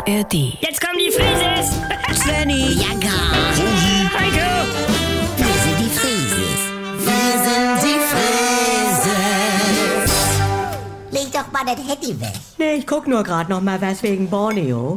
ARD. Jetzt kommen die Frises! Svenny, Jagger, Heiko! wir sind die Frieses. Wir sind die Frieses. Leg doch mal das Handy weg. nee, ich guck nur gerade noch mal was wegen Borneo.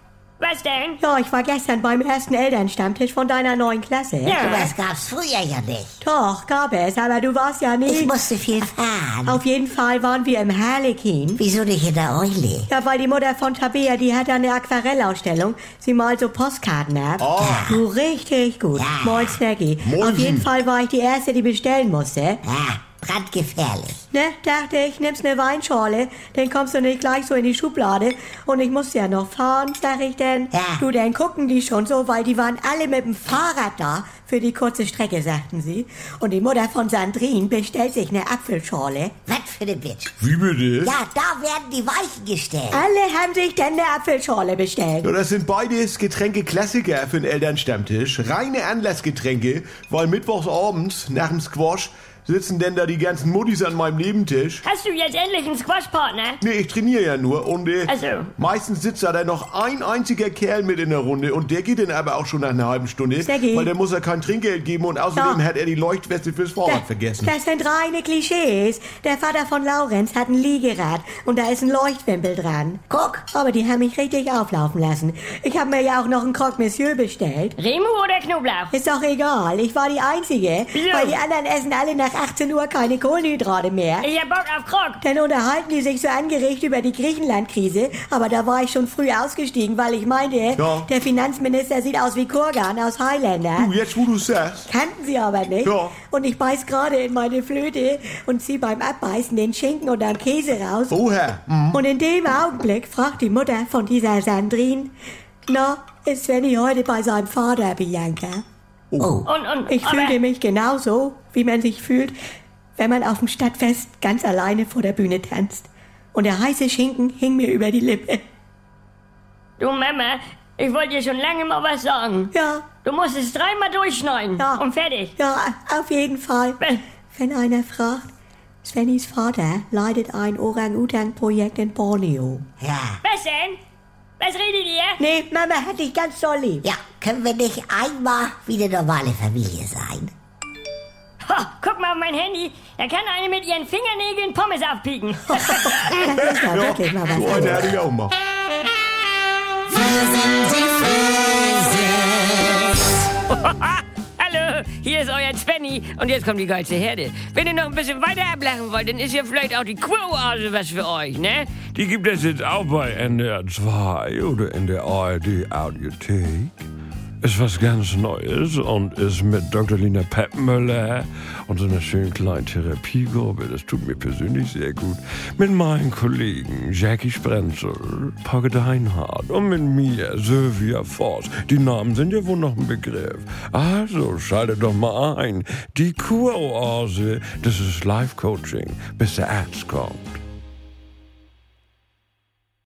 Was denn? Ja, ich war gestern beim ersten Elternstammtisch von deiner neuen Klasse. Ja. Sowas gab's früher ja nicht. Doch, gab es, aber du warst ja Ich nie. musste viel fahren. Auf jeden Fall waren wir im Harlekin. Wieso nicht in der Eule? Ja, weil die Mutter von Tabea, die hat eine Aquarellausstellung. Sie malt so Postkarten ab. Oh. Du, richtig gut. Ja. Moin, Snacky. Moin. Auf jeden Fall war ich die Erste, die bestellen musste. Ja, brandgefährlich. Ne, dachte ich, nimmst ne Weinschorle, dann kommst du nicht gleich so in die Schublade. Und ich musste ja noch fahren, sag ich denn. Ja. Du, dann gucken die schon so, weil die waren alle mit dem Fahrrad da für die kurze Strecke, sagten sie. Und die Mutter von Sandrine bestellt sich ne Apfelschorle. Was für eine Bitch. Wie bitte? Ja, da werden die Weichen gestellt. Alle haben sich denn ne Apfelschorle bestellt. Ja, das sind beides Getränke-Klassiker für den Elternstammtisch. Reine Anlassgetränke, weil mittwochs abends nach dem Squash sitzen denn da die ganzen Muttis an meinem Nebentisch. Hast du jetzt endlich einen Squash-Partner? Nee, ich trainiere ja nur und Ach so. meistens sitzt da dann noch ein einziger Kerl mit in der Runde und der geht dann aber auch schon nach einer halben Stunde, Snaggy. weil der muss ja kein Trinkgeld geben und außerdem Ja. hat er die Leuchtweste fürs Fahrrad vergessen. Das sind reine Klischees. Der Vater von Laurenz hat ein Liegerad und da ist ein Leuchtwimpel dran. Guck. Aber die haben mich richtig auflaufen lassen. Ich habe mir ja auch noch einen Croque Monsieur bestellt. Remu oder Knoblauch? Ist doch egal, ich war die Einzige, Wieso? weil die anderen essen alle nach 18 Uhr keine Kohlenhydrate mehr. Ich hab Bock auf Krog. Dann unterhalten die sich so angeregt über die Griechenland-Krise, aber da war ich schon früh ausgestiegen, weil ich meinte, Ja. der Finanzminister sieht aus wie Kurgan aus Highlander. Du, jetzt wo du sagst. Kannten sie aber nicht. Ja. Und ich beiß gerade in meine Flöte und zieh beim Abbeißen den Schinken und den Käse raus. Oha. Und in dem Augenblick fragt die Mutter von dieser Sandrine, na, ist Svenny heute bei seinem Vater, Bianca? Oh. Und, Ich aber- fühlte mich genauso, wie man sich fühlt, wenn man auf dem Stadtfest ganz alleine vor der Bühne tanzt. Und der heiße Schinken hing mir über die Lippe. Du Mama, ich wollte dir schon lange mal was sagen. Ja, Du musst es 3-mal durchschneiden. Ja. Und fertig. ja, auf jeden Fall. Wenn einer fragt, Svennys Vater leitet ein Orang-Utan-Projekt in Borneo. Ja. Was denn? Was redet ihr? Nee, Mama hat dich ganz doll lieb. Ja, können wir nicht einmal wie eine normale Familie sein? Ho, guck mal auf mein Handy. Da kann eine mit ihren Fingernägeln Pommes aufpieken. Das ist ja wirklich mal was So eine anderes. hatte ich auch mal. Hallo, hier ist euer Svenny und jetzt kommt die geilste Herde. Wenn ihr noch ein bisschen weiter ablachen wollt, dann ist ja vielleicht auch die Quo-Oase was für euch, ne? Die gibt es jetzt auch bei NDR 2 oder in der ARD Audiothek. Ist was ganz Neues und ist mit Dr. Lina Peppmüller und so einer schönen kleinen Therapiegruppe, das tut mir persönlich sehr gut, mit meinen Kollegen Jackie Sprenzel, Pogge Deinhardt und mit mir, Sylvia Voss. Die Namen sind ja wohl noch ein Begriff. Also schaltet doch mal ein. Die Kuroase, das ist Life-Coaching, bis der Arzt kommt.